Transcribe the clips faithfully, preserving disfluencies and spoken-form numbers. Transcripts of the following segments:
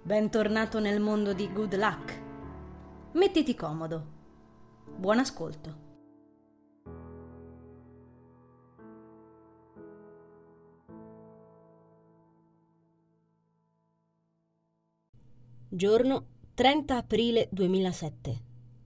Bentornato nel mondo di Good Luck. Mettiti comodo. Buon ascolto. Giorno trenta aprile duemilasette.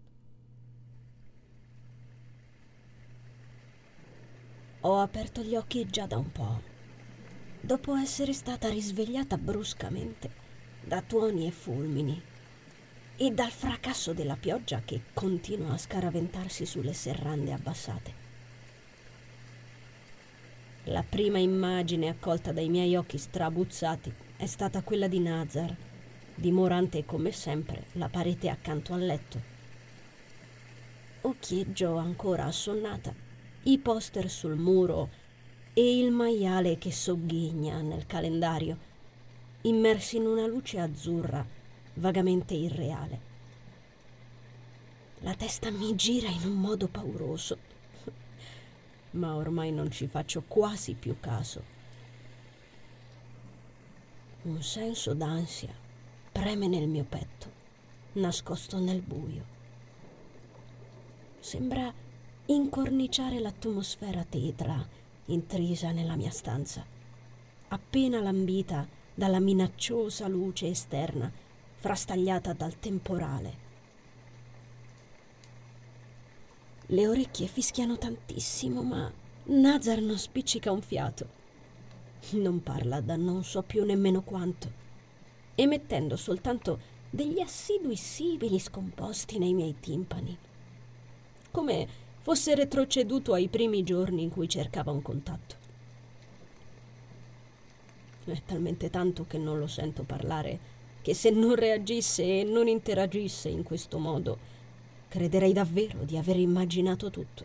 Ho aperto gli occhi già da un po', dopo essere stata risvegliata bruscamente da tuoni e fulmini e dal fracasso della pioggia che continua a scaraventarsi sulle serrande abbassate. La prima immagine accolta dai miei occhi strabuzzati è stata quella di Nazar, dimorante come sempre la parete accanto al letto. Occhieggio ancora assonnata i poster sul muro e il maiale che sogghigna nel calendario, immersi in una luce azzurra vagamente irreale. La testa mi gira in un modo pauroso, ma ormai non ci faccio quasi più caso. Un senso d'ansia preme nel mio petto, nascosto nel buio. Sembra incorniciare l'atmosfera tetra intrisa nella mia stanza, appena lambita dalla minacciosa luce esterna frastagliata dal temporale. Le orecchie fischiano tantissimo, ma Nazar non spiccica un fiato. Non parla da non so più nemmeno quanto, emettendo soltanto degli assidui sibili scomposti nei miei timpani, come fosse retroceduto ai primi giorni in cui cercava un contatto. È talmente tanto che non lo sento parlare che se non reagisse e non interagisse in questo modo, crederei davvero di aver immaginato tutto.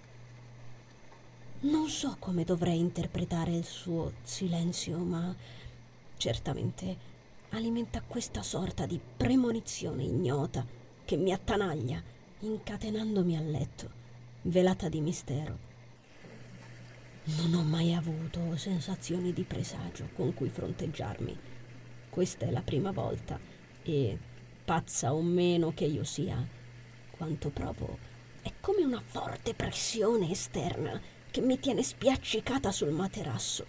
Non so come dovrei interpretare il suo silenzio, ma certamente alimenta questa sorta di premonizione ignota che mi attanaglia, incatenandomi al letto, velata di mistero. Non ho mai avuto sensazioni di presagio con cui fronteggiarmi. Questa è la prima volta e, pazza o meno che io sia, quanto provo è come una forte pressione esterna che mi tiene spiaccicata sul materasso.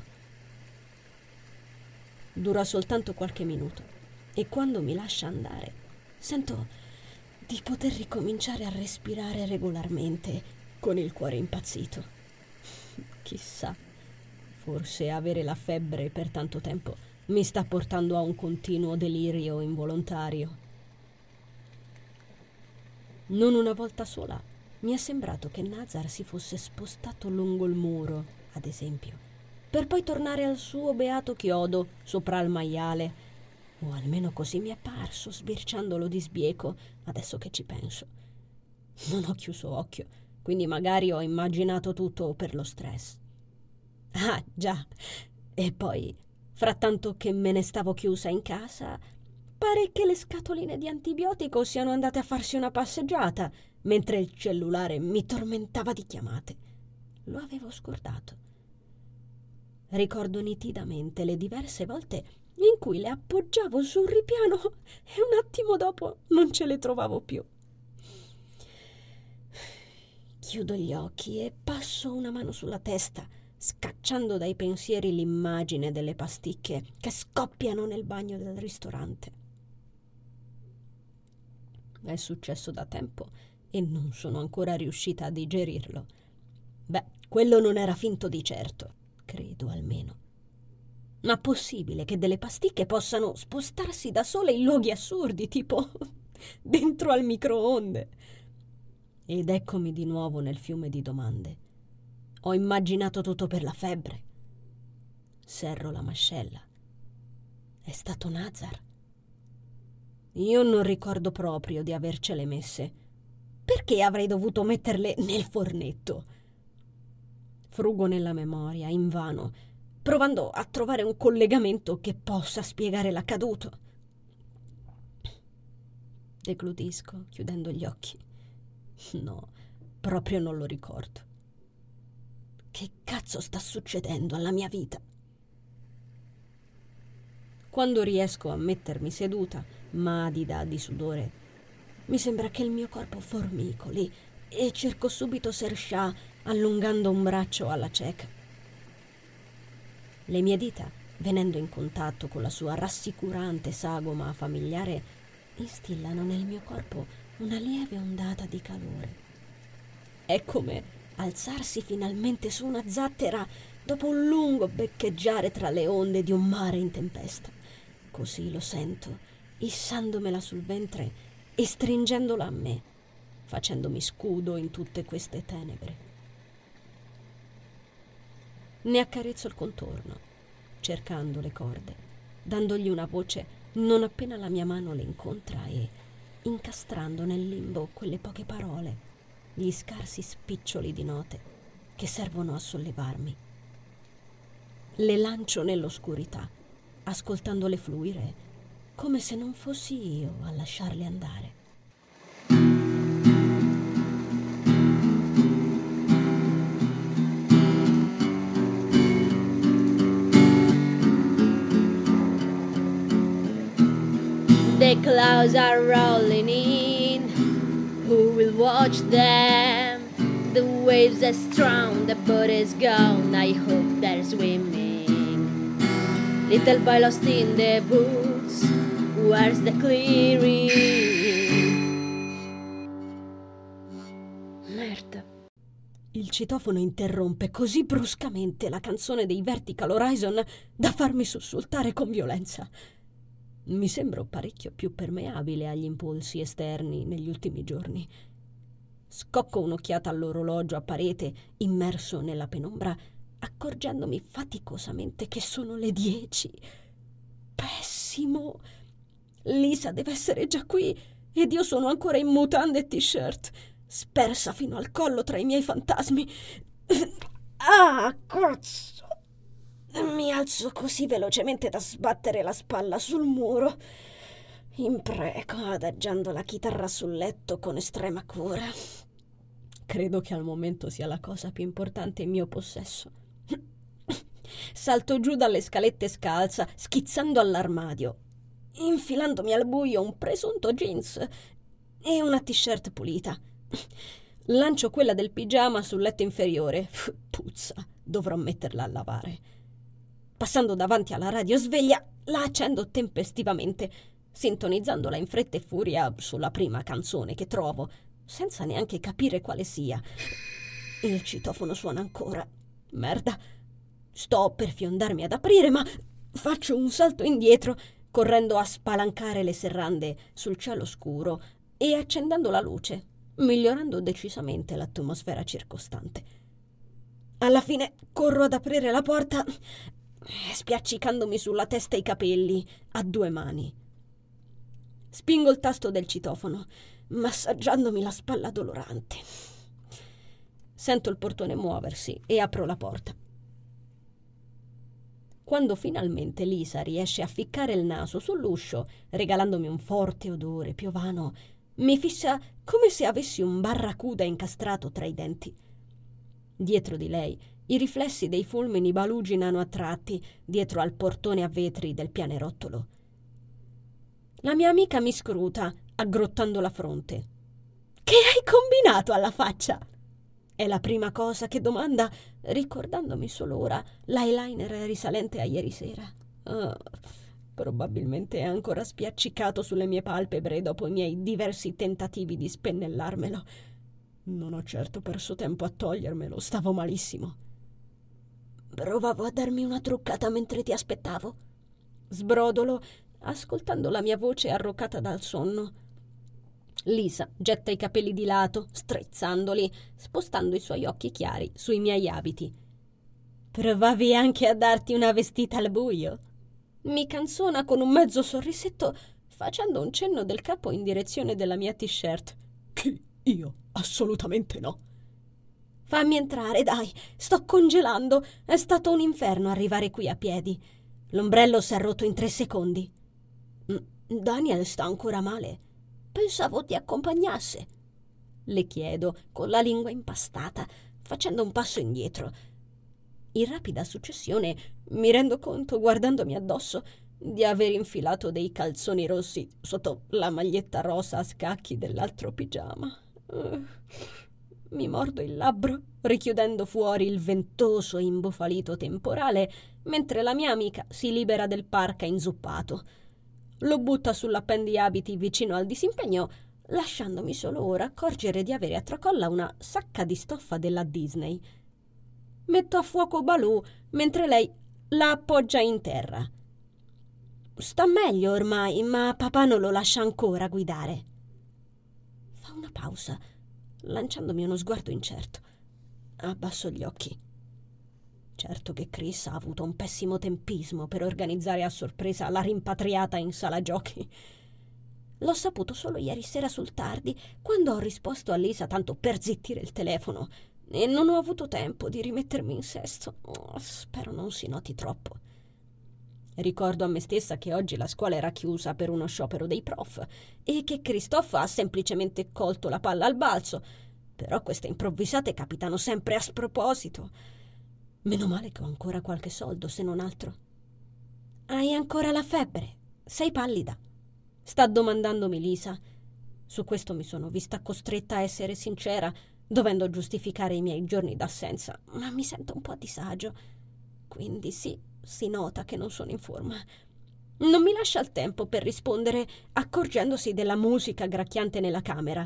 Dura soltanto qualche minuto e quando mi lascia andare sento di poter ricominciare a respirare regolarmente con il cuore impazzito. Chissà, forse avere la febbre per tanto tempo mi sta portando a un continuo delirio involontario. Non una volta sola mi è sembrato che Nazar si fosse spostato lungo il muro, ad esempio, per poi tornare al suo beato chiodo sopra il maiale, o almeno così mi è parso sbirciandolo di sbieco, adesso che ci penso. Non ho chiuso occhio, quindi magari ho immaginato tutto per lo stress. Ah, già, e poi, frattanto che me ne stavo chiusa in casa, pare che le scatoline di antibiotico siano andate a farsi una passeggiata, mentre il cellulare mi tormentava di chiamate. Lo avevo scordato. Ricordo nitidamente le diverse volte in cui le appoggiavo sul ripiano e un attimo dopo non ce le trovavo più. Chiudo gli occhi e passo una mano sulla testa, scacciando dai pensieri l'immagine delle pasticche che scoppiano nel bagno del ristorante. È successo da tempo e non sono ancora riuscita a digerirlo. Beh, quello non era finto di certo, credo almeno. Ma possibile che delle pasticche possano spostarsi da sole in luoghi assurdi, tipo dentro al microonde? Ed eccomi di nuovo nel fiume di domande. Ho immaginato tutto per la febbre. Serro la mascella. È stato Nazar. Io non ricordo proprio di avercele messe. Perché avrei dovuto metterle nel fornetto? Frugo nella memoria, invano, provando a trovare un collegamento che possa spiegare l'accaduto. Deglutisco, chiudendo gli occhi. No, proprio non lo ricordo. Che cazzo sta succedendo alla mia vita? Quando riesco a mettermi seduta, madida di sudore, mi sembra che il mio corpo formicoli e cerco subito Sershah allungando un braccio alla cieca. Le mie dita, venendo in contatto con la sua rassicurante sagoma familiare, instillano nel mio corpo una lieve ondata di calore. È come alzarsi finalmente su una zattera dopo un lungo beccheggiare tra le onde di un mare in tempesta. Così lo sento, issandomela sul ventre e stringendola a me, facendomi scudo in tutte queste tenebre. Ne accarezzo il contorno, cercando le corde, dandogli una voce non appena la mia mano le incontra e incastrando nel limbo quelle poche parole, gli scarsi spiccioli di note che servono a sollevarmi. Le lancio nell'oscurità, ascoltandole fluire, come se non fossi io a lasciarle andare. The clouds are rolling in, who will watch them? The waves are strong, the boat is gone, I hope they're swimming. Little boy lost in the woods, where's the clearing? Merda. Il citofono interrompe così bruscamente la canzone dei Vertical Horizon da farmi sussultare con violenza. Mi sembro parecchio più permeabile agli impulsi esterni negli ultimi giorni. Scocco un'occhiata all'orologio a parete immerso nella penombra, accorgendomi faticosamente che sono le dieci. Pessimo! Lisa deve essere già qui ed io sono ancora in mutande e t-shirt, spersa fino al collo tra i miei fantasmi. Ah, cazzo! Mi alzo così velocemente da sbattere la spalla sul muro. Impreco, adagiando la chitarra sul letto con estrema cura. Credo che al momento sia la cosa più importante in mio possesso. Salto giù dalle scalette scalza, schizzando all'armadio, infilandomi al buio un presunto jeans e una t-shirt pulita. Lancio quella del pigiama sul letto inferiore. Puzza, dovrò metterla a lavare. Passando davanti alla radio sveglia, la accendo tempestivamente, sintonizzandola in fretta e furia sulla prima canzone che trovo, senza neanche capire quale sia. Il citofono suona ancora. Merda. Sto per fiondarmi ad aprire, ma faccio un salto indietro, correndo a spalancare le serrande sul cielo scuro e accendendo la luce, migliorando decisamente l'atmosfera circostante. Alla fine corro ad aprire la porta, spiaccicandomi sulla testa i capelli a due mani. Spingo il tasto del citofono, massaggiandomi la spalla dolorante. Sento il portone muoversi e apro la porta. Quando finalmente Lisa riesce a ficcare il naso sull'uscio, regalandomi un forte odore piovano, mi fissa come se avessi un barracuda incastrato tra i denti. Dietro di lei i riflessi dei fulmini baluginano a tratti dietro al portone a vetri del pianerottolo. La mia amica mi scruta, aggrottando la fronte. «Che hai combinato alla faccia?» È la prima cosa che domanda, ricordandomi solo ora l'eyeliner risalente a ieri sera. Oh, probabilmente è ancora spiaccicato sulle mie palpebre dopo i miei diversi tentativi di spennellarmelo. Non ho certo perso tempo a togliermelo, stavo malissimo. Provavo a darmi una truccata mentre ti aspettavo. Sbrodolo, ascoltando la mia voce arroccata dal sonno. Lisa getta i capelli di lato, strizzandoli, spostando i suoi occhi chiari sui miei abiti. Provavi anche a darti una vestita al buio? Mi canzona con un mezzo sorrisetto, facendo un cenno del capo in direzione della mia t-shirt. Chi? Io? Assolutamente no. Fammi entrare, dai, sto congelando. È stato un inferno arrivare qui a piedi. L'ombrello si è rotto in tre secondi. Daniel sta ancora male. Pensavo ti accompagnasse. Le chiedo, con la lingua impastata, facendo un passo indietro. In rapida successione mi rendo conto, guardandomi addosso, di aver infilato dei calzoni rossi sotto la maglietta rosa a scacchi dell'altro pigiama. Uh, mi mordo il labbro, richiudendo fuori il ventoso e imbufalito temporale, mentre la mia amica si libera del parka inzuppato. Lo butta sull'appendiabiti vicino al disimpegno, lasciandomi solo ora accorgere di avere a tracolla una sacca di stoffa della Disney. Metto a fuoco Balù mentre lei la appoggia in terra. Sta meglio ormai, ma papà non lo lascia ancora guidare. Fa una pausa, lanciandomi uno sguardo incerto. Abbasso gli occhi. Certo che Chris ha avuto un pessimo tempismo per organizzare a sorpresa la rimpatriata in sala giochi. L'ho saputo solo ieri sera sul tardi, quando ho risposto a Lisa tanto per zittire il telefono, e non ho avuto tempo di rimettermi in sesto. Oh, spero non si noti troppo. Ricordo a me stessa che oggi la scuola era chiusa per uno sciopero dei prof e che Christophe ha semplicemente colto la palla al balzo, però queste improvvisate capitano sempre a sproposito. Meno male che ho ancora qualche soldo, se non altro. Hai ancora la febbre? Sei pallida? Sta domandandomi Lisa. Su questo mi sono vista costretta a essere sincera, dovendo giustificare i miei giorni d'assenza, ma mi sento un po' a disagio. Quindi sì, si nota che non sono in forma. Non mi lascia il tempo per rispondere, accorgendosi della musica gracchiante nella camera.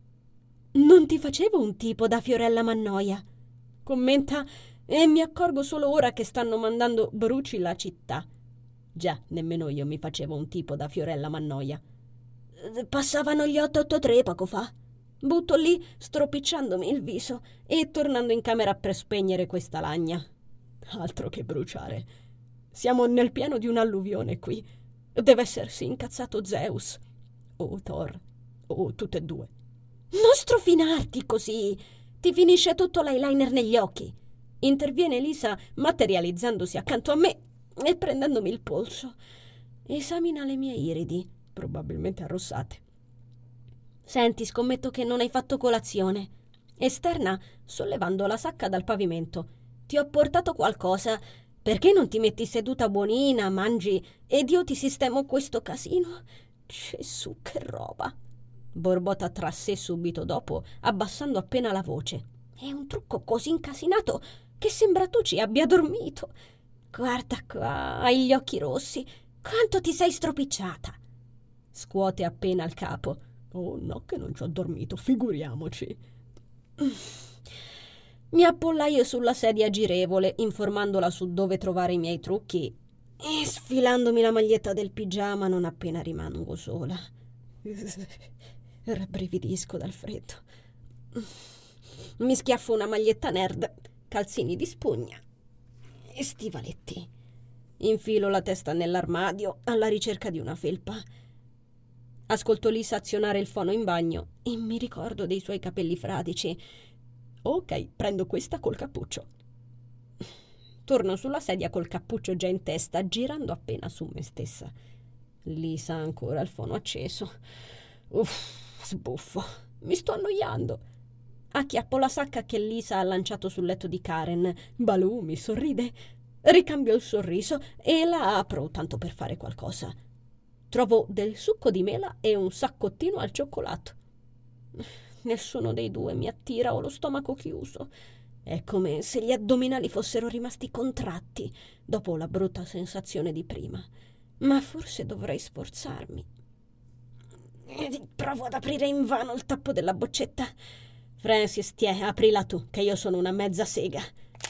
Non ti facevo un tipo da Fiorella Mannoia? Commenta, e mi accorgo solo ora che stanno mandando Bruci la città. Già, nemmeno io mi facevo un tipo da Fiorella Mannoia. Passavano gli otto otto tre poco fa. Butto lì, stropicciandomi il viso e tornando in camera per spegnere questa lagna. Altro che bruciare. Siamo nel pieno di un'alluvione qui. Deve essersi incazzato Zeus. O Thor. O tutte e due. Non strofinarti così. Ti finisce tutto l'eyeliner negli occhi. Interviene Lisa, materializzandosi accanto a me e prendendomi il polso. Esamina le mie iridi, probabilmente arrossate. Senti, scommetto che non hai fatto colazione. Esterna, sollevando la sacca dal pavimento. Ti ho portato qualcosa. Perché non ti metti seduta buonina, mangi, ed io ti sistemo questo casino? Gesù, che roba! Borbotta tra sé subito dopo, abbassando appena la voce. È un trucco così incasinato che sembra tu ci abbia dormito. Guarda qua, hai gli occhi rossi. Quanto ti sei stropicciata? Scuote appena il capo. Oh no, che non ci ho dormito, figuriamoci. Mi appollaio sulla sedia girevole, informandola su dove trovare i miei trucchi e sfilandomi la maglietta del pigiama non appena rimango sola. Rabbrividisco dal freddo. Mi schiaffo una maglietta nerd, calzini di spugna e stivaletti. Infilo la testa nell'armadio alla ricerca di una felpa. Ascolto Lisa azionare il fono in bagno e mi ricordo dei suoi capelli fradici. Ok, prendo questa col cappuccio. Torno sulla sedia col cappuccio già in testa, girando appena su me stessa. Lisa ha ancora il fono acceso. Uff, sbuffo. Mi sto annoiando. Acchiappo la sacca che Lisa ha lanciato sul letto di Karen. Balù mi sorride. Ricambio il sorriso e la apro tanto per fare qualcosa. Trovo del succo di mela e un saccottino al cioccolato. Nessuno dei due mi attira, ho lo stomaco chiuso. È come se gli addominali fossero rimasti contratti dopo la brutta sensazione di prima. Ma forse dovrei sforzarmi. Provo ad aprire invano il tappo della boccetta. Francis, tiè, aprila tu, che io sono una mezza sega.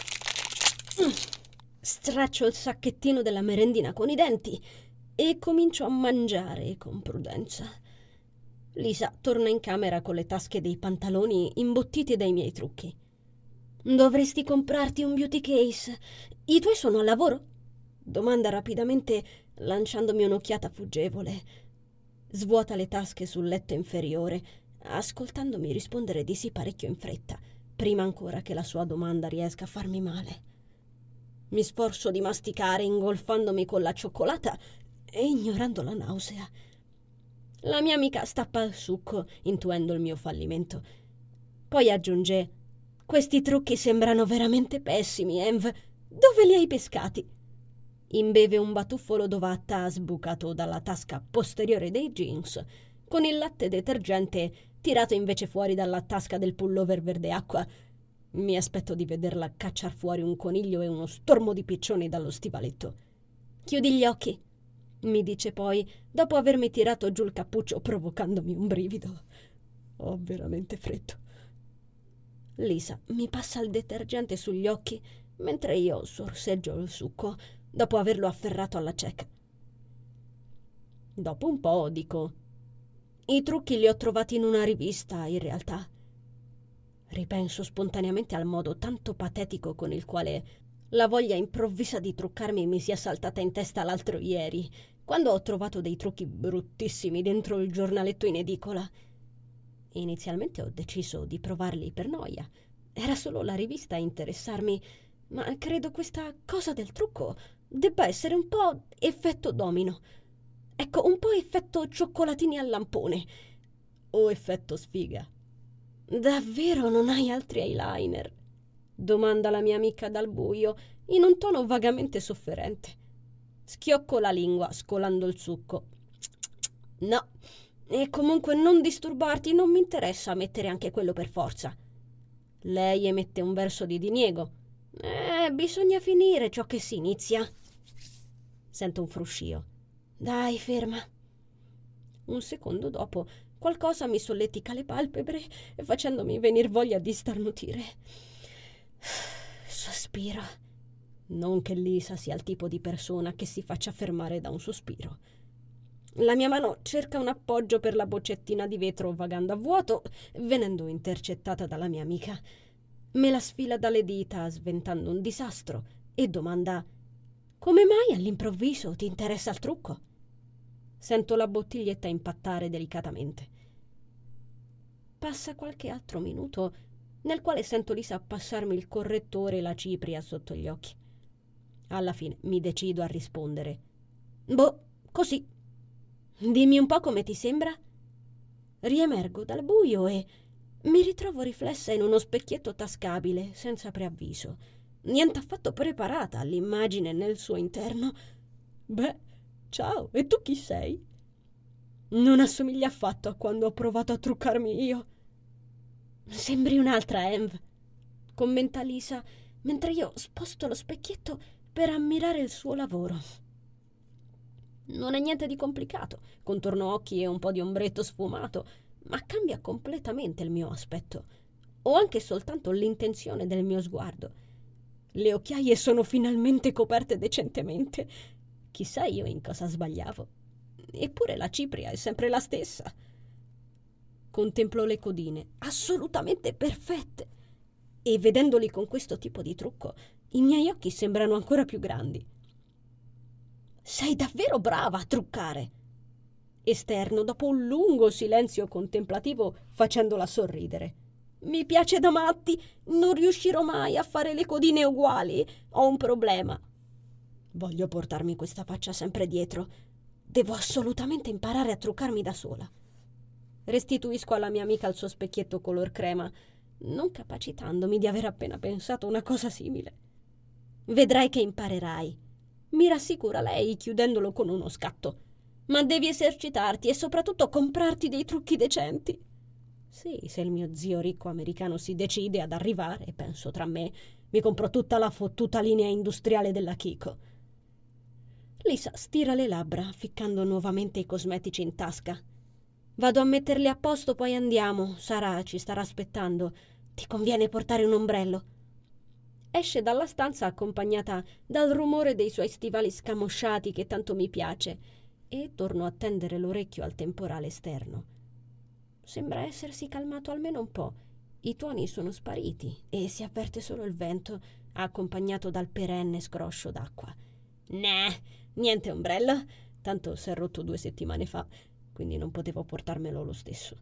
Straccio il sacchettino della merendina con i denti e comincio a mangiare con prudenza. Lisa torna in camera con le tasche dei pantaloni imbottiti dai miei trucchi. Dovresti comprarti un beauty case. I tuoi sono al lavoro? Domanda rapidamente, lanciandomi un'occhiata fuggevole. Svuota le tasche sul letto inferiore, ascoltandomi rispondere di sì parecchio in fretta, prima ancora che la sua domanda riesca a farmi male. Mi sforzo di masticare, ingolfandomi con la cioccolata e ignorando la nausea. La mia amica stappa il succo, intuendo il mio fallimento. Poi aggiunge: questi trucchi sembrano veramente pessimi, Env. Dove li hai pescati? Imbeve un batuffolo d'ovatta sbucato dalla tasca posteriore dei jeans, con il latte detergente tirato invece fuori dalla tasca del pullover verde acqua. Mi aspetto di vederla cacciar fuori un coniglio e uno stormo di piccioni dallo stivaletto. «Chiudi gli occhi», mi dice poi, dopo avermi tirato giù il cappuccio provocandomi un brivido. Ho veramente freddo. Lisa mi passa il detergente sugli occhi mentre io sorseggio il succo dopo averlo afferrato alla cieca. Dopo un po' dico: «I trucchi li ho trovati in una rivista, in realtà». Ripenso spontaneamente al modo tanto patetico con il quale la voglia improvvisa di truccarmi mi sia saltata in testa l'altro ieri, quando ho trovato dei trucchi bruttissimi dentro il giornaletto in edicola. Inizialmente ho deciso di provarli per noia. Era solo la rivista a interessarmi, ma credo questa cosa del trucco debba essere un po' effetto domino. Ecco, un po' effetto cioccolatini al lampone. O effetto sfiga. «Davvero non hai altri eyeliner?» domanda la mia amica dal buio, in un tono vagamente sofferente. Schiocco la lingua, scolando il succo. «No, e comunque non disturbarti, non mi interessa mettere anche quello per forza». Lei emette un verso di diniego. «Eh, bisogna finire ciò che si inizia». Sento un fruscio. «Dai, ferma». Un secondo dopo qualcosa mi solletica le palpebre, facendomi venir voglia di starnutire. Sospiro. Non che Lisa sia il tipo di persona che si faccia fermare da un sospiro. La mia mano cerca un appoggio per la boccettina di vetro vagando a vuoto, venendo intercettata dalla mia amica. Me la sfila dalle dita, sventando un disastro, e domanda: «Come mai all'improvviso ti interessa il trucco?» Sento la bottiglietta impattare delicatamente. Passa qualche altro minuto nel quale sento Lisa passarmi il correttore e la cipria sotto gli occhi. Alla fine mi decido a rispondere: «Boh, così. Dimmi un po' come ti sembra». Riemergo dal buio e mi ritrovo riflessa in uno specchietto tascabile, senza preavviso, niente affatto preparata all'immagine nel suo interno. «Beh, ciao, e tu chi sei?» Non assomiglia affatto a quando ho provato a truccarmi io. «Sembri un'altra Env», commenta Lisa, mentre io sposto lo specchietto per ammirare il suo lavoro. Non è niente di complicato, contorno occhi e un po' di ombretto sfumato, ma cambia completamente il mio aspetto, o anche soltanto l'intenzione del mio sguardo. Le occhiaie sono finalmente coperte decentemente. Chissà io in cosa sbagliavo. Eppure la cipria è sempre la stessa. Contemplo le codine, assolutamente perfette, e vedendoli con questo tipo di trucco, i miei occhi sembrano ancora più grandi. «Sei davvero brava a truccare!» esterno dopo un lungo silenzio contemplativo, facendola sorridere. «Mi piace da matti, non riuscirò mai a fare le codine uguali, ho un problema. Voglio portarmi questa faccia sempre dietro. Devo assolutamente imparare a truccarmi da sola». Restituisco alla mia amica il suo specchietto color crema, non capacitandomi di aver appena pensato una cosa simile. «Vedrai che imparerai», mi rassicura lei, chiudendolo con uno scatto. «Ma devi esercitarti e soprattutto comprarti dei trucchi decenti». Sì, se il mio zio ricco americano si decide ad arrivare, penso tra me, mi compro tutta la fottuta linea industriale della Kiko. Lisa stira le labbra, ficcando nuovamente i cosmetici in tasca. «Vado a metterli a posto, poi andiamo. Sara ci starà aspettando. Ti conviene portare un ombrello». Esce dalla stanza accompagnata dal rumore dei suoi stivali scamosciati che tanto mi piace, e torno a tendere l'orecchio al temporale esterno. Sembra essersi calmato almeno un po'. I tuoni sono spariti e si avverte solo il vento, accompagnato dal perenne scroscio d'acqua. «Nah, niente ombrello. Tanto s'è rotto due settimane fa, quindi non potevo portarmelo lo stesso».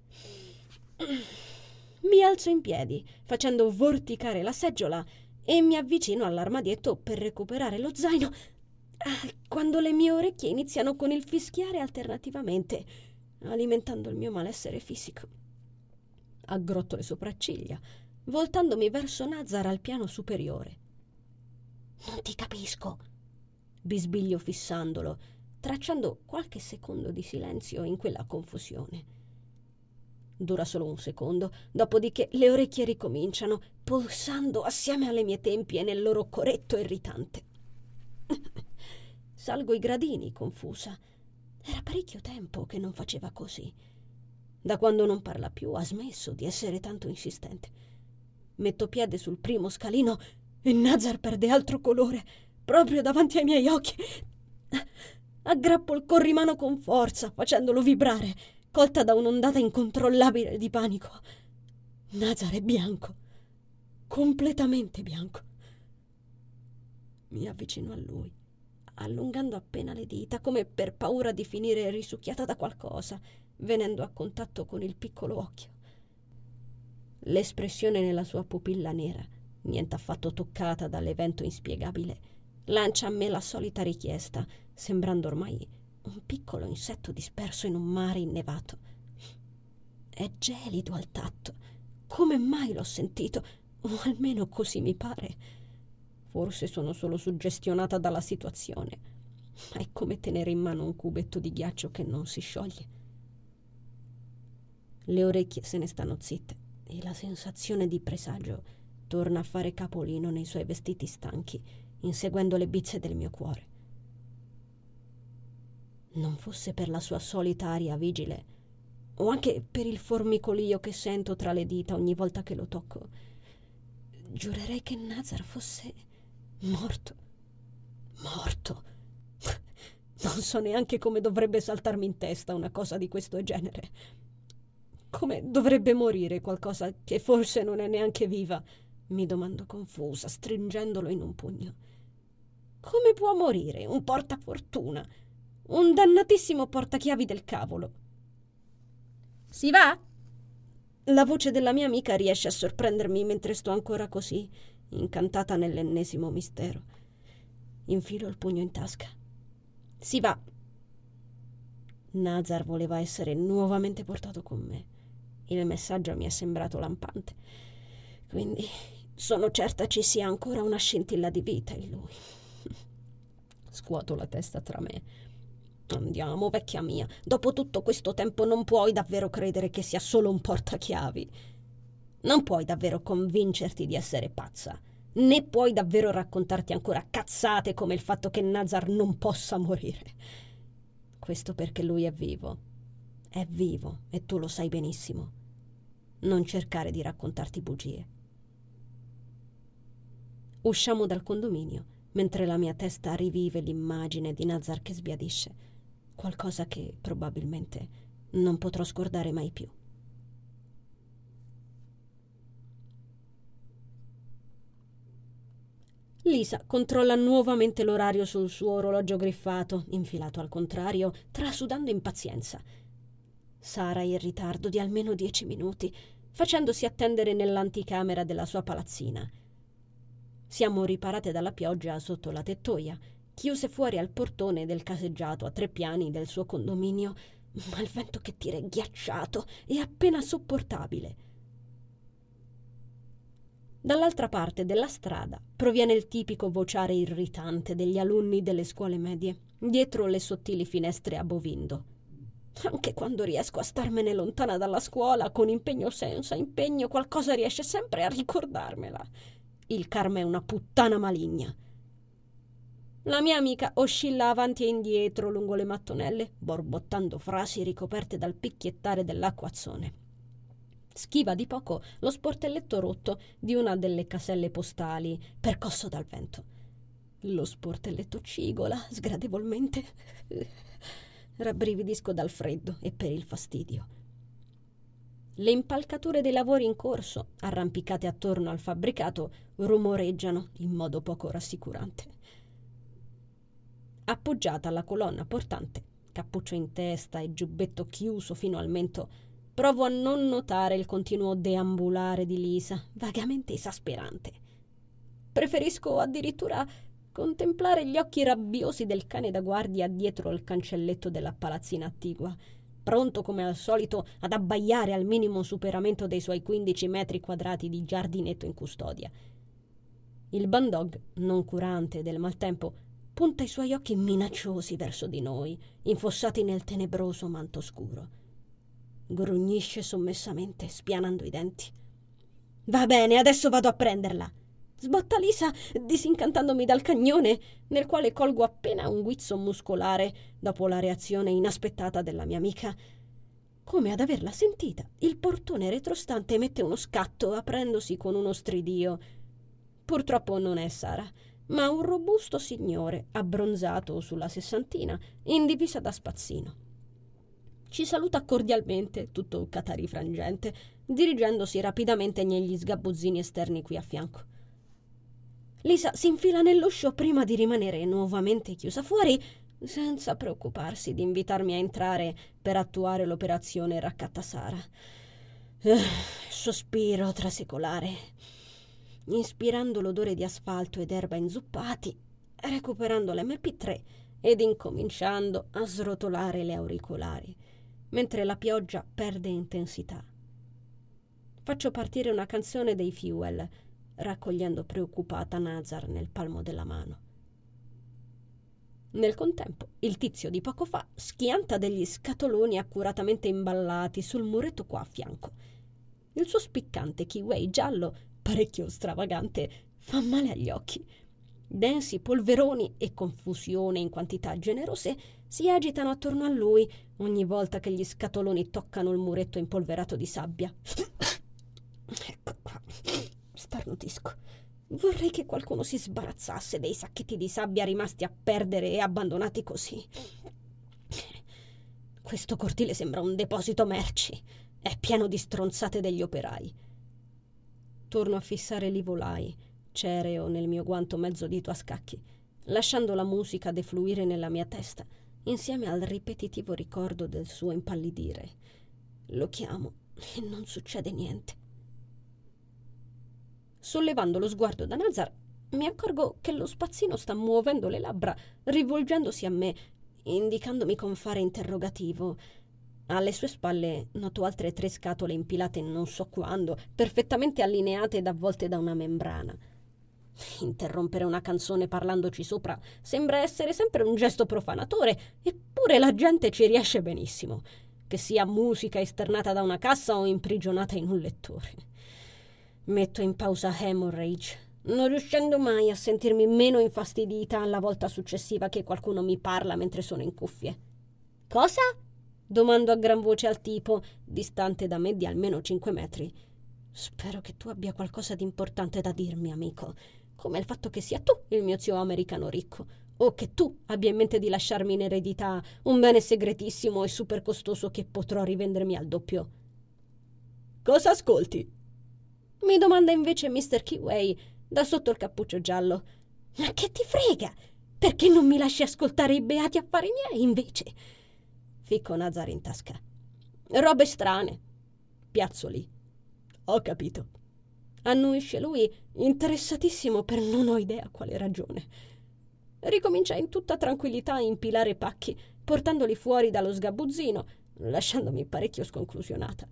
Mi alzo in piedi, facendo vorticare la seggiola, e mi avvicino all'armadietto per recuperare lo zaino, quando le mie orecchie iniziano con il fischiare alternativamente, alimentando il mio malessere fisico. Aggrotto le sopracciglia, voltandomi verso Nazar al piano superiore. «Non ti capisco», bisbiglio fissandolo, tracciando qualche secondo di silenzio in quella confusione. Dura solo un secondo, dopodiché le orecchie ricominciano, pulsando assieme alle mie tempie nel loro coretto irritante. Salgo i gradini, confusa. Era parecchio tempo che non faceva così. Da quando non parla più ha smesso di essere tanto insistente. Metto piede sul primo scalino e Nazar perde altro colore, proprio davanti ai miei occhi. Aggrappo il corrimano con forza, facendolo vibrare, colta da un'ondata incontrollabile di panico. Nazar è bianco, completamente bianco. Mi avvicino a lui, allungando appena le dita, come per paura di finire risucchiata da qualcosa, venendo a contatto con il piccolo occhio. L'espressione nella sua pupilla nera, niente affatto toccata dall'evento inspiegabile, lancia a me la solita richiesta, sembrando ormai un piccolo insetto disperso in un mare innevato. È gelido al tatto, come mai l'ho sentito, o almeno così mi pare. Forse sono solo suggestionata dalla situazione, ma è come tenere in mano un cubetto di ghiaccio che non si scioglie. Le orecchie se ne stanno zitte e la sensazione di presagio torna a fare capolino nei suoi vestiti stanchi, inseguendo le bizze del mio cuore. Non fosse per la sua solita aria vigile, o anche per il formicolio che sento tra le dita ogni volta che lo tocco, giurerei che Nazar fosse morto. Morto. Non so neanche come dovrebbe saltarmi in testa una cosa di questo genere. Come dovrebbe morire qualcosa che forse non è neanche viva? Mi domando confusa, stringendolo in un pugno. Come può morire un portafortuna? Un dannatissimo portachiavi del cavolo. Si va? La voce della mia amica riesce a sorprendermi mentre sto ancora così, incantata nell'ennesimo mistero. Infilo il pugno in tasca. Si va. Nazar voleva essere nuovamente portato con me. Il messaggio mi è sembrato lampante. Quindi sono certa ci sia ancora una scintilla di vita in lui. Scuoto la testa tra me. Andiamo, vecchia mia. Dopo tutto questo tempo non puoi davvero credere che sia solo un portachiavi. Non puoi davvero convincerti di essere pazza. Né puoi davvero raccontarti ancora cazzate come il fatto che Nazar non possa morire. Questo perché lui è vivo. È vivo e tu lo sai benissimo. Non cercare di raccontarti bugie. Usciamo dal condominio mentre la mia testa rivive l'immagine di Nazar che sbiadisce. Qualcosa che probabilmente non potrò scordare mai più. Lisa controlla nuovamente l'orario sul suo orologio griffato, infilato al contrario, trasudando impazienza. Sara è in ritardo di almeno dieci minuti, facendosi attendere nell'anticamera della sua palazzina. Siamo riparate dalla pioggia sotto la tettoia, chiuse fuori al portone del caseggiato a tre piani del suo condominio, ma il vento che tira è ghiacciato e appena sopportabile. Dall'altra parte della strada proviene il tipico vociare irritante degli alunni delle scuole medie, dietro le sottili finestre a bovindo. Anche quando riesco a starmene lontana dalla scuola, con impegno o senza impegno, qualcosa riesce sempre a ricordarmela. Il karma è una puttana maligna. La mia amica oscilla avanti e indietro lungo le mattonelle, borbottando frasi ricoperte dal picchiettare dell'acquazzone. Schiva di poco lo sportelletto rotto di una delle caselle postali, percosso dal vento. Lo sportelletto cigola sgradevolmente. Rabbrividisco dal freddo e per il fastidio. Le impalcature dei lavori in corso, arrampicate attorno al fabbricato, rumoreggiano in modo poco rassicurante. Appoggiata alla colonna portante, cappuccio in testa e giubbetto chiuso fino al mento, provo a non notare il continuo deambulare di Lisa, vagamente esasperante. Preferisco addirittura contemplare gli occhi rabbiosi del cane da guardia dietro il cancelletto della palazzina attigua, pronto come al solito ad abbaiare al minimo superamento dei suoi quindici metri quadrati di giardinetto in custodia. Il bandog, non curante del maltempo, punta i suoi occhi minacciosi verso di noi, infossati nel tenebroso manto scuro. Grugnisce sommessamente, spianando i denti. «Va bene, adesso vado a prenderla!» sbotta Lisa, disincantandomi dal cagnone, nel quale colgo appena un guizzo muscolare dopo la reazione inaspettata della mia amica. Come ad averla sentita, il portone retrostante emette uno scatto, aprendosi con uno stridio. Purtroppo non è Sara, ma un robusto signore, abbronzato sulla sessantina, in divisa da spazzino. Ci saluta cordialmente, tutto catarifrangente, dirigendosi rapidamente negli sgabuzzini esterni qui a fianco. Lisa si infila nell'uscio prima di rimanere nuovamente chiusa fuori, senza preoccuparsi di invitarmi a entrare per attuare l'operazione raccatta Sara. Uh, sospiro trasecolare. Inspirando l'odore di asfalto ed erba inzuppati, recuperando l'emme pi tre ed incominciando a srotolare le auricolari, mentre la pioggia perde intensità. Faccio partire una canzone dei Fuel, raccogliendo preoccupata Nazar nel palmo della mano. Nel contempo, il tizio di poco fa schianta degli scatoloni accuratamente imballati sul muretto qua a fianco. Il suo spiccante kiwi giallo, parecchio stravagante, fa male agli occhi. Densi polveroni e confusione in quantità generose si agitano attorno a lui ogni volta che gli scatoloni toccano il muretto impolverato di sabbia. Ecco qua. Starnutisco. Vorrei che qualcuno si sbarazzasse dei sacchetti di sabbia rimasti a perdere e abbandonati così. Questo cortile sembra un deposito merci. È pieno di stronzate degli operai. Torno a fissare l'i volai, cereo nel mio guanto mezzo dito a scacchi, lasciando la musica defluire nella mia testa, insieme al ripetitivo ricordo del suo impallidire. Lo chiamo e non succede niente. Sollevando lo sguardo da Nazar, mi accorgo che lo spazzino sta muovendo le labbra, rivolgendosi a me, indicandomi con fare interrogativo. Alle sue spalle noto altre tre scatole impilate non so quando, perfettamente allineate ed avvolte da una membrana. Interrompere una canzone parlandoci sopra sembra essere sempre un gesto profanatore, eppure la gente ci riesce benissimo, che sia musica esternata da una cassa o imprigionata in un lettore. Metto in pausa Hemorrhage, non riuscendo mai a sentirmi meno infastidita alla volta successiva che qualcuno mi parla mentre sono in cuffie. «Cosa?» domando a gran voce al tipo, distante da me di almeno cinque metri. «Spero che tu abbia qualcosa di importante da dirmi, amico, come il fatto che sia tu il mio zio americano ricco, o che tu abbia in mente di lasciarmi in eredità un bene segretissimo e super costoso che potrò rivendermi al doppio». «Cosa ascolti?» mi domanda invece mister Kiwi da sotto il cappuccio giallo. «Ma che ti frega? Perché non mi lasci ascoltare i beati affari miei, invece?» Ficco Nazar in tasca. «Robe strane», piazzo lì. «Ho capito», annuisce lui, interessatissimo per non ho idea quale ragione. Ricomincia in tutta tranquillità a impilare pacchi, portandoli fuori dallo sgabuzzino, lasciandomi parecchio sconclusionata.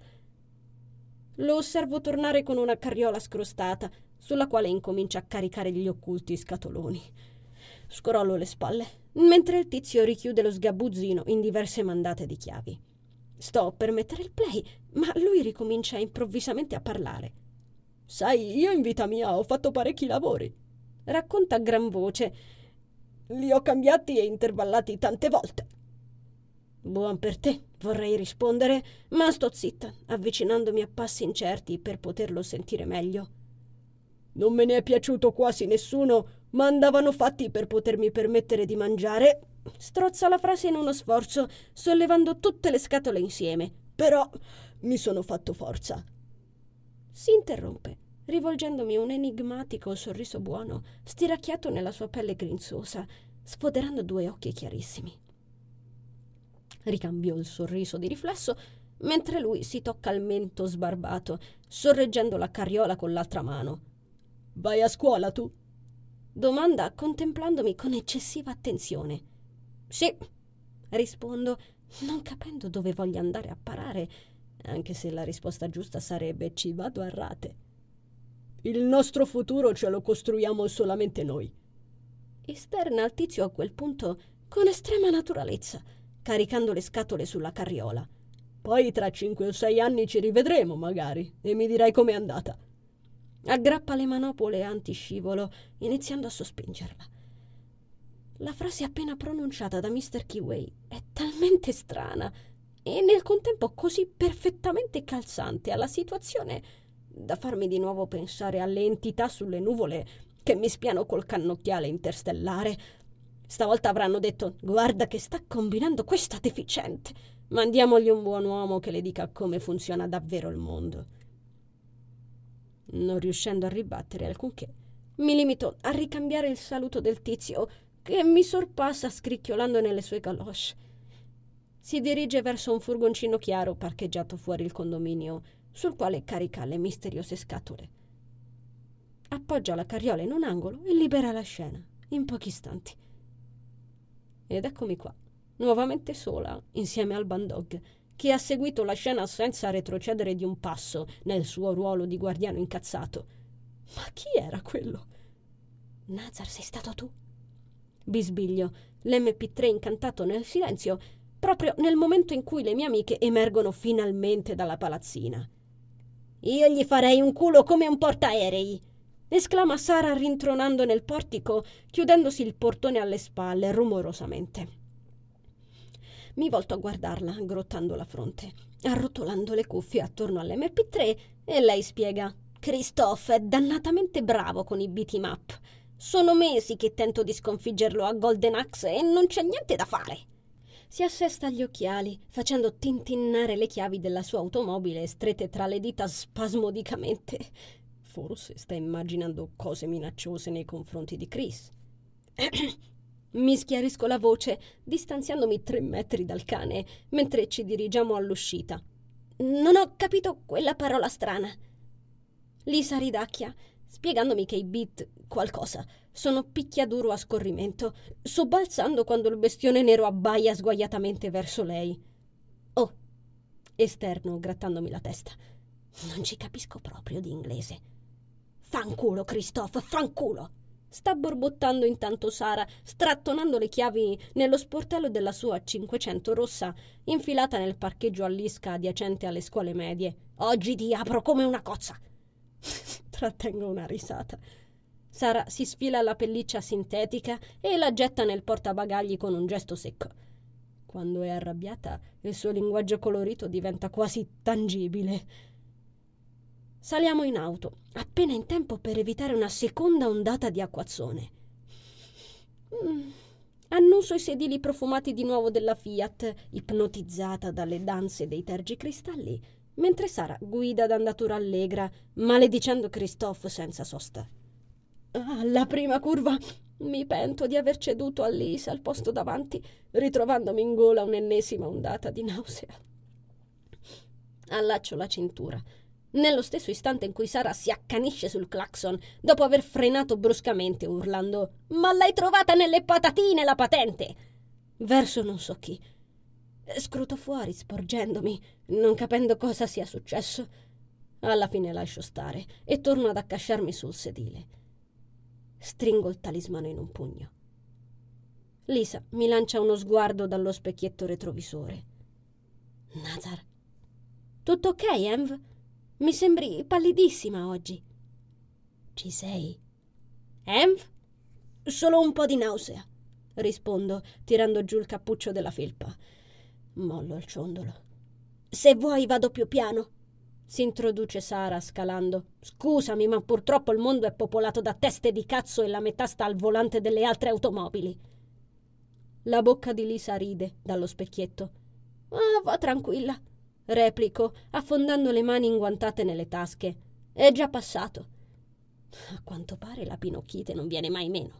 Lo osservo tornare con una carriola scrostata, sulla quale incomincia a caricare gli occulti scatoloni. Scrollo le spalle, mentre il tizio richiude lo sgabuzzino in diverse mandate di chiavi. Sto per mettere il play, ma lui ricomincia improvvisamente a parlare. «Sai, io in vita mia ho fatto parecchi lavori», racconta a gran voce. «Li ho cambiati e intervallati tante volte». «Buon per te», vorrei rispondere, ma sto zitta, avvicinandomi a passi incerti per poterlo sentire meglio. «Non me ne è piaciuto quasi nessuno, ma andavano fatti per potermi permettere di mangiare», strozza la frase in uno sforzo, sollevando tutte le scatole insieme. «Però mi sono fatto forza». Si interrompe, rivolgendomi un enigmatico sorriso buono, stiracchiato nella sua pelle grinzosa, sfoderando due occhi chiarissimi. Ricambio il sorriso di riflesso, mentre lui si tocca il mento sbarbato, sorreggendo la carriola con l'altra mano. «Vai a scuola tu?» domanda, contemplandomi con eccessiva attenzione. «Sì», rispondo, non capendo dove voglia andare a parare, anche se la risposta giusta sarebbe «ci vado a rate». «Il nostro futuro ce lo costruiamo solamente noi». esterna al tizio a quel punto con estrema naturalezza, caricando le scatole sulla carriola. Poi tra cinque o sei anni ci rivedremo, magari, e mi dirai com'è andata. Aggrappa le manopole antiscivolo, iniziando a sospingerla. La frase appena pronunciata da mister Kiway è talmente strana e nel contempo così perfettamente calzante alla situazione da farmi di nuovo pensare alle entità sulle nuvole che mi spiano col cannocchiale interstellare. Stavolta avranno detto: guarda che sta combinando questa deficiente, mandiamogli un buon uomo che le dica come funziona davvero il mondo. Non riuscendo a ribattere alcunché, mi limito a ricambiare il saluto del tizio che mi sorpassa scricchiolando nelle sue galosce. Si dirige verso un furgoncino chiaro parcheggiato fuori il condominio, sul quale carica le misteriose scatole. Appoggia la carriola in un angolo e libera la scena, in pochi istanti. Ed eccomi qua, nuovamente sola, insieme al Bandog, che ha seguito la scena senza retrocedere di un passo nel suo ruolo di guardiano incazzato. Ma chi era quello? Nazar, sei stato tu? Bisbiglio, l'emme pi tre incantato nel silenzio, proprio nel momento in cui le mie amiche emergono finalmente dalla palazzina. «Io gli farei un culo come un portaerei!» esclama Sara rintronando nel portico, chiudendosi il portone alle spalle rumorosamente. Mi volto a guardarla, grottando la fronte, arrotolando le cuffie attorno all'emme pi tre, e lei spiega: «Christophe è dannatamente bravo con i beat'em up. Sono mesi che tento di sconfiggerlo a Golden Axe e non c'è niente da fare!» Si assesta gli occhiali, facendo tintinnare le chiavi della sua automobile strette tra le dita spasmodicamente. Forse sta immaginando cose minacciose nei confronti di Chris. Mi schiarisco la voce, distanziandomi tre metri dal cane, mentre ci dirigiamo all'uscita. «Non ho capito quella parola strana». Lisa ridacchia, spiegandomi che i beat, qualcosa, sono picchiaduro a scorrimento, sobbalzando quando il bestione nero abbaia sguaiatamente verso lei. «Oh», esterno, grattandomi la testa, «non ci capisco proprio di inglese». «Fanculo, Christophe, fanculo!» sta borbottando intanto Sara, strattonando le chiavi nello sportello della sua cinquecento rossa, infilata nel parcheggio all'Isca adiacente alle scuole medie. «Oggi ti apro come una cozza!» Trattengo una risata. Sara si sfila la pelliccia sintetica e la getta nel portabagagli con un gesto secco. Quando è arrabbiata, il suo linguaggio colorito diventa quasi tangibile. Saliamo in auto, appena in tempo per evitare una seconda ondata di acquazzone. Mm. Annuso i sedili profumati di nuovo della Fiat, ipnotizzata dalle danze dei tergicristalli, mentre Sara guida d'andatura allegra, maledicendo Christophe senza sosta. Alla prima curva mi pento di aver ceduto a Lisa al posto davanti, ritrovandomi in gola un'ennesima ondata di nausea. Allaccio la cintura, nello stesso istante in cui Sara si accanisce sul clacson, dopo aver frenato bruscamente, urlando «Ma l'hai trovata nelle patatine la patente!» verso non so chi. Scruto fuori, sporgendomi, non capendo cosa sia successo. Alla fine lascio stare e torno ad accasciarmi sul sedile. Stringo il talismano in un pugno. Lisa mi lancia uno sguardo dallo specchietto retrovisore. Nazar. Tutto ok, Env? Mi sembri pallidissima oggi. Ci sei? Env? Solo un po' di nausea, rispondo, tirando giù il cappuccio della felpa. Mollo il ciondolo. Se vuoi vado più piano, si introduce Sara scalando. Scusami, ma purtroppo il mondo è popolato da teste di cazzo e la metà sta al volante delle altre automobili. La bocca di Lisa ride dallo specchietto. Ah, va tranquilla, replico, affondando le mani inguantate nelle tasche. È già passato. A quanto pare la pinocchite non viene mai meno.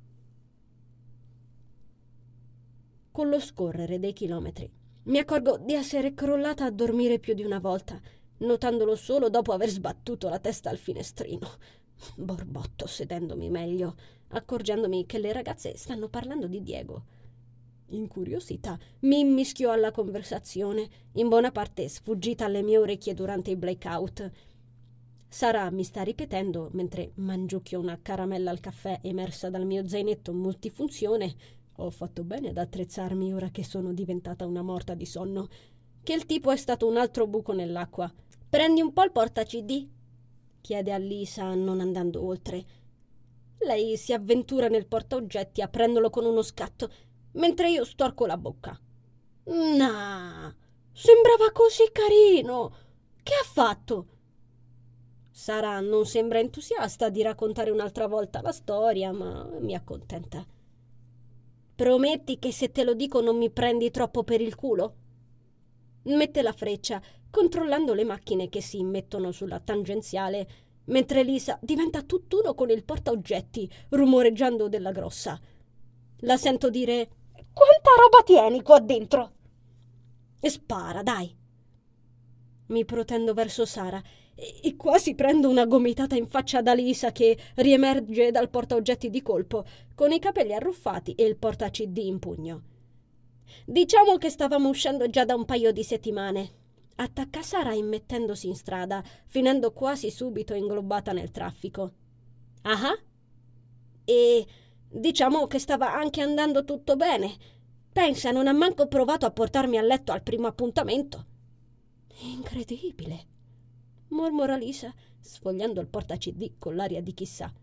Con lo scorrere dei chilometri mi accorgo di essere crollata a dormire più di una volta, notandolo solo dopo aver sbattuto la testa al finestrino. Borbotto sedendomi meglio, accorgendomi che le ragazze stanno parlando di Diego. In curiosità mi immischio alla conversazione, in buona parte sfuggita alle mie orecchie durante i blackout. Sara mi sta ripetendo mentre mangiucchio una caramella al caffè emersa dal mio zainetto multifunzione. Ho fatto bene ad attrezzarmi ora che sono diventata una morta di sonno. Che il tipo è stato un altro buco nell'acqua. Prendi un po' il porta C D? Chiede a Lisa, non andando oltre. Lei si avventura nel portaoggetti aprendolo con uno scatto, mentre io storco la bocca. Nah, sembrava così carino. Che ha fatto? Sara non sembra entusiasta di raccontare un'altra volta la storia, ma mi accontenta. Prometti che se te lo dico non mi prendi troppo per il culo? Mette la freccia, controllando le macchine che si immettono sulla tangenziale, mentre Lisa diventa tutt'uno con il portaoggetti, rumoreggiando della grossa. La sento dire: «Quanta roba tieni qua dentro?» E spara, dai. Mi protendo verso Sara e quasi prendo una gomitata in faccia da Lisa, che riemerge dal portaoggetti di colpo, con i capelli arruffati e il porta C D in pugno. Diciamo che stavamo uscendo già da un paio di settimane. Attacca Sara immettendosi in strada, finendo quasi subito inglobata nel traffico. Ah, e diciamo che stava anche andando tutto bene. Pensa, non ha manco provato a portarmi a letto al primo appuntamento. Incredibile, mormora Lisa, sfogliando il porta C D con l'aria di chissà.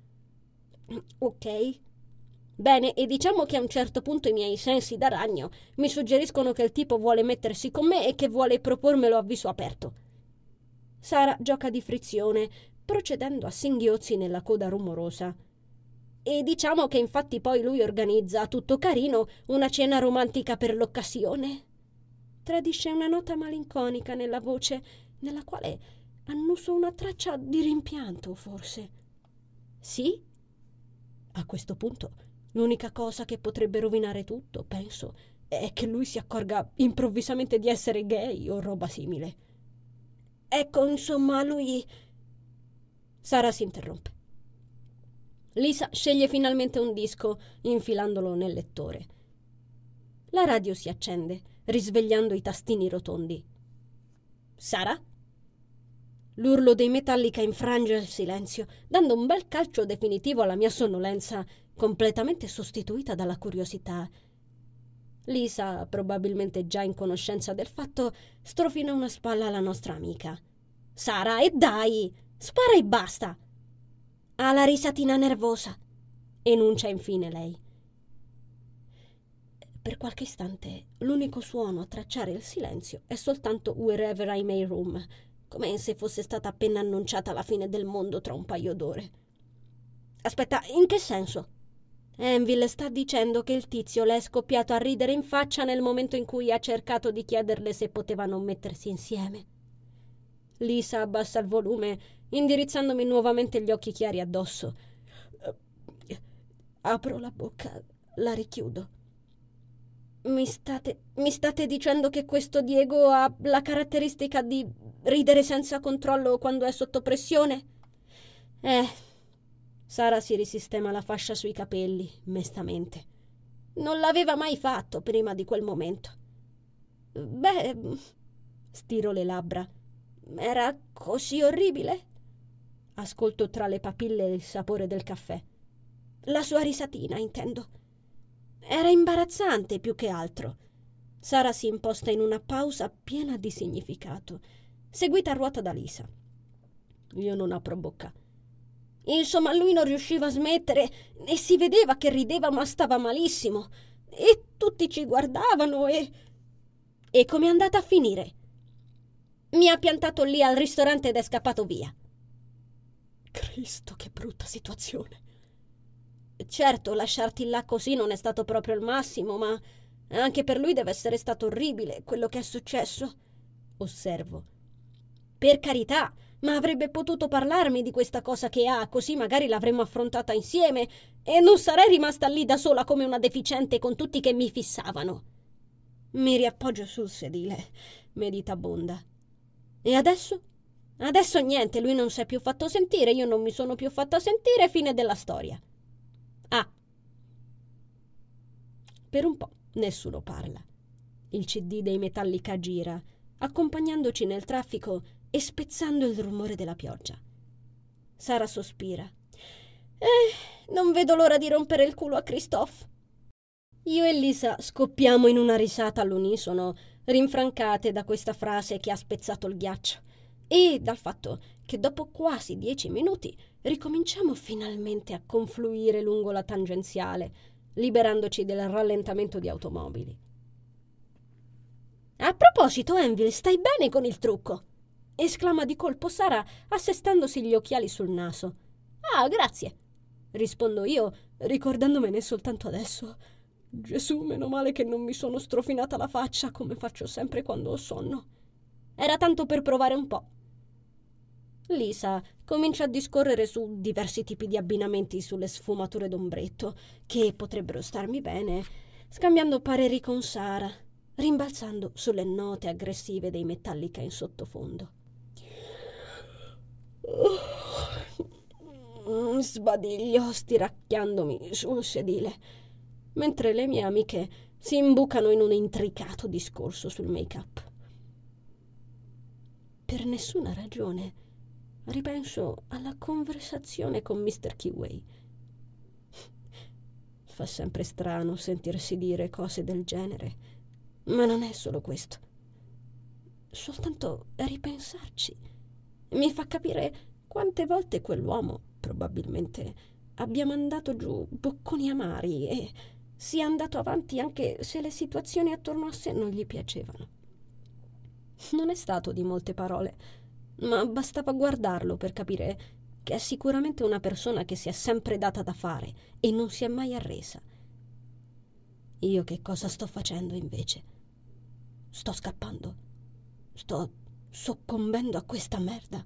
Ok. Bene, e diciamo che a un certo punto i miei sensi da ragno mi suggeriscono che il tipo vuole mettersi con me e che vuole propormelo a viso aperto. Sara gioca di frizione, procedendo a singhiozzi nella coda rumorosa. E diciamo che infatti poi lui organizza, tutto carino, una cena romantica per l'occasione. Tradisce una nota malinconica nella voce, nella quale annuso una traccia di rimpianto, forse. Sì? A questo punto l'unica cosa che potrebbe rovinare tutto, penso, è che lui si accorga improvvisamente di essere gay o roba simile. Ecco, insomma, lui... Sara si interrompe. Lisa sceglie finalmente un disco, infilandolo nel lettore. La radio si accende, risvegliando i tastini rotondi. Sara? L'urlo dei Metallica infrange il silenzio, dando un bel calcio definitivo alla mia sonnolenza, completamente sostituita dalla curiosità. Lisa, probabilmente già in conoscenza del fatto, strofina una spalla alla nostra amica. Sara, e dai! Spara e basta! Ha la risatina nervosa, enuncia infine lei. Per qualche istante l'unico suono a tracciare il silenzio è soltanto Wherever I May Roam, come se fosse stata appena annunciata la fine del mondo tra un paio d'ore. Aspetta, in che senso? Anvil sta dicendo che il tizio le è scoppiato a ridere in faccia nel momento in cui ha cercato di chiederle se potevano mettersi insieme. Lisa abbassa il volume, indirizzandomi nuovamente gli occhi chiari addosso. Apro la bocca, la richiudo. Mi state, mi state dicendo che questo Diego ha la caratteristica di ridere senza controllo quando è sotto pressione? Eh... Sara si risistema la fascia sui capelli, mestamente. Non l'aveva mai fatto prima di quel momento. Beh, stiro le labbra. Era così orribile? Ascolto tra le papille il sapore del caffè. La sua risatina, intendo. Era imbarazzante più che altro. Sara si imposta in una pausa piena di significato, seguita a ruota da Lisa. Io non apro bocca. Insomma, lui non riusciva a smettere e si vedeva che rideva, ma stava malissimo. E tutti ci guardavano e... E com'è andata a finire? Mi ha piantato lì al ristorante ed è scappato via. Cristo, che brutta situazione. Certo, lasciarti là così non è stato proprio il massimo, ma anche per lui deve essere stato orribile quello che è successo. Osservo. Per carità, ma avrebbe potuto parlarmi di questa cosa che ha, così magari l'avremmo affrontata insieme e non sarei rimasta lì da sola come una deficiente con tutti che mi fissavano. Mi riappoggio sul sedile, meditabonda. E adesso? Adesso niente, lui non si è più fatto sentire, io non mi sono più fatta sentire, fine della storia. Ah. Per un po' nessuno parla. Il C D dei Metallica gira, accompagnandoci nel traffico e spezzando il rumore della pioggia. Sara sospira. Eh, non vedo l'ora di rompere il culo a Christophe. Io e Lisa scoppiamo in una risata all'unisono, rinfrancate da questa frase che ha spezzato il ghiaccio e dal fatto che dopo quasi dieci minuti ricominciamo finalmente a confluire lungo la tangenziale, liberandoci del rallentamento di automobili. A proposito, Envil, stai bene con il trucco? Esclama di colpo Sara, assestandosi gli occhiali sul naso. Ah, grazie, rispondo io, ricordandomene soltanto adesso. Gesù, meno male che non mi sono strofinata la faccia come faccio sempre quando ho sonno. Era tanto per provare un po'. Lisa comincia a discorrere su diversi tipi di abbinamenti sulle sfumature d'ombretto, che potrebbero starmi bene, scambiando pareri con Sara, rimbalzando sulle note aggressive dei Metallica in sottofondo. Sbadiglio stiracchiandomi sul sedile, mentre le mie amiche si imbucano in un intricato discorso sul make-up. Per nessuna ragione ripenso alla conversazione con mister Kiway. Fa sempre strano sentirsi dire cose del genere, ma non è solo questo. Soltanto a ripensarci mi fa capire quante volte quell'uomo probabilmente abbia mandato giù bocconi amari e sia andato avanti anche se le situazioni attorno a sé non gli piacevano. Non è stato di molte parole, ma bastava guardarlo per capire che è sicuramente una persona che si è sempre data da fare e non si è mai arresa. Io che cosa sto facendo invece? Sto scappando? Sto soccombendo a questa merda?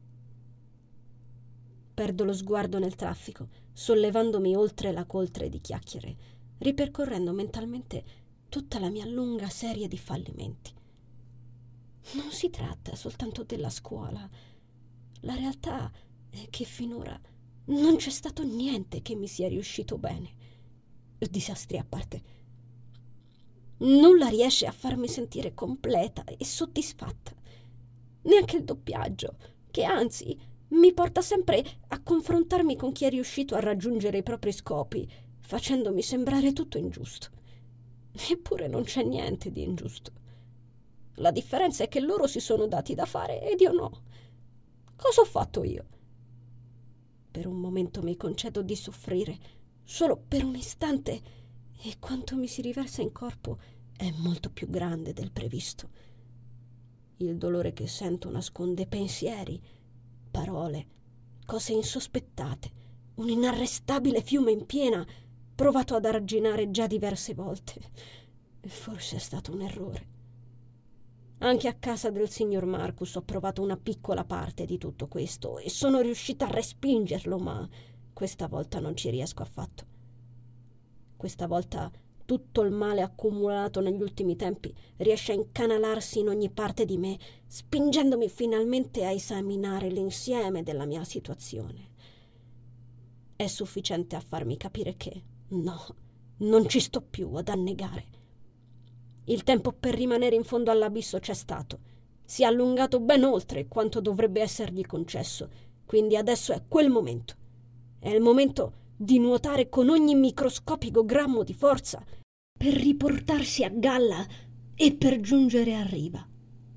Perdo lo sguardo nel traffico, sollevandomi oltre la coltre di chiacchiere, ripercorrendo mentalmente tutta la mia lunga serie di fallimenti. Non si tratta soltanto della scuola. La realtà è che finora non c'è stato niente che mi sia riuscito bene. Disastri a parte. Nulla riesce a farmi sentire completa e soddisfatta. Neanche il doppiaggio, che anzi mi porta sempre a confrontarmi con chi è riuscito a raggiungere i propri scopi, facendomi sembrare tutto ingiusto. Eppure non c'è niente di ingiusto. La differenza è che loro si sono dati da fare ed io no. Cosa ho fatto io? Per un momento mi concedo di soffrire, solo per un istante, e quanto mi si riversa in corpo è molto più grande del previsto. Il dolore che sento nasconde pensieri, parole, cose insospettate, un inarrestabile fiume in piena, provato ad arginare già diverse volte. E forse è stato un errore. Anche a casa del signor Marcus ho provato una piccola parte di tutto questo e sono riuscita a respingerlo, ma questa volta non ci riesco affatto. Questa volta tutto il male accumulato negli ultimi tempi riesce a incanalarsi in ogni parte di me, spingendomi finalmente a esaminare l'insieme della mia situazione. È sufficiente a farmi capire che, no, non ci sto più ad annegare. Il tempo per rimanere in fondo all'abisso c'è stato. Si è allungato ben oltre quanto dovrebbe essergli concesso, quindi adesso è quel momento. È il momento di nuotare con ogni microscopico grammo di forza per riportarsi a galla e per giungere a riva.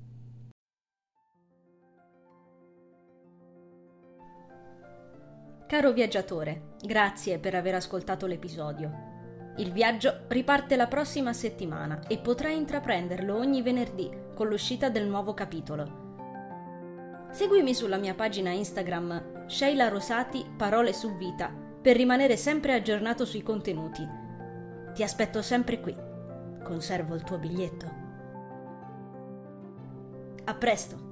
Caro viaggiatore, grazie per aver ascoltato l'episodio. Il viaggio riparte la prossima settimana e potrai intraprenderlo ogni venerdì con l'uscita del nuovo capitolo. Seguimi sulla mia pagina Instagram Sheila Rosati Parole su Vita per rimanere sempre aggiornato sui contenuti. Ti aspetto sempre qui. Conservo il tuo biglietto. A presto!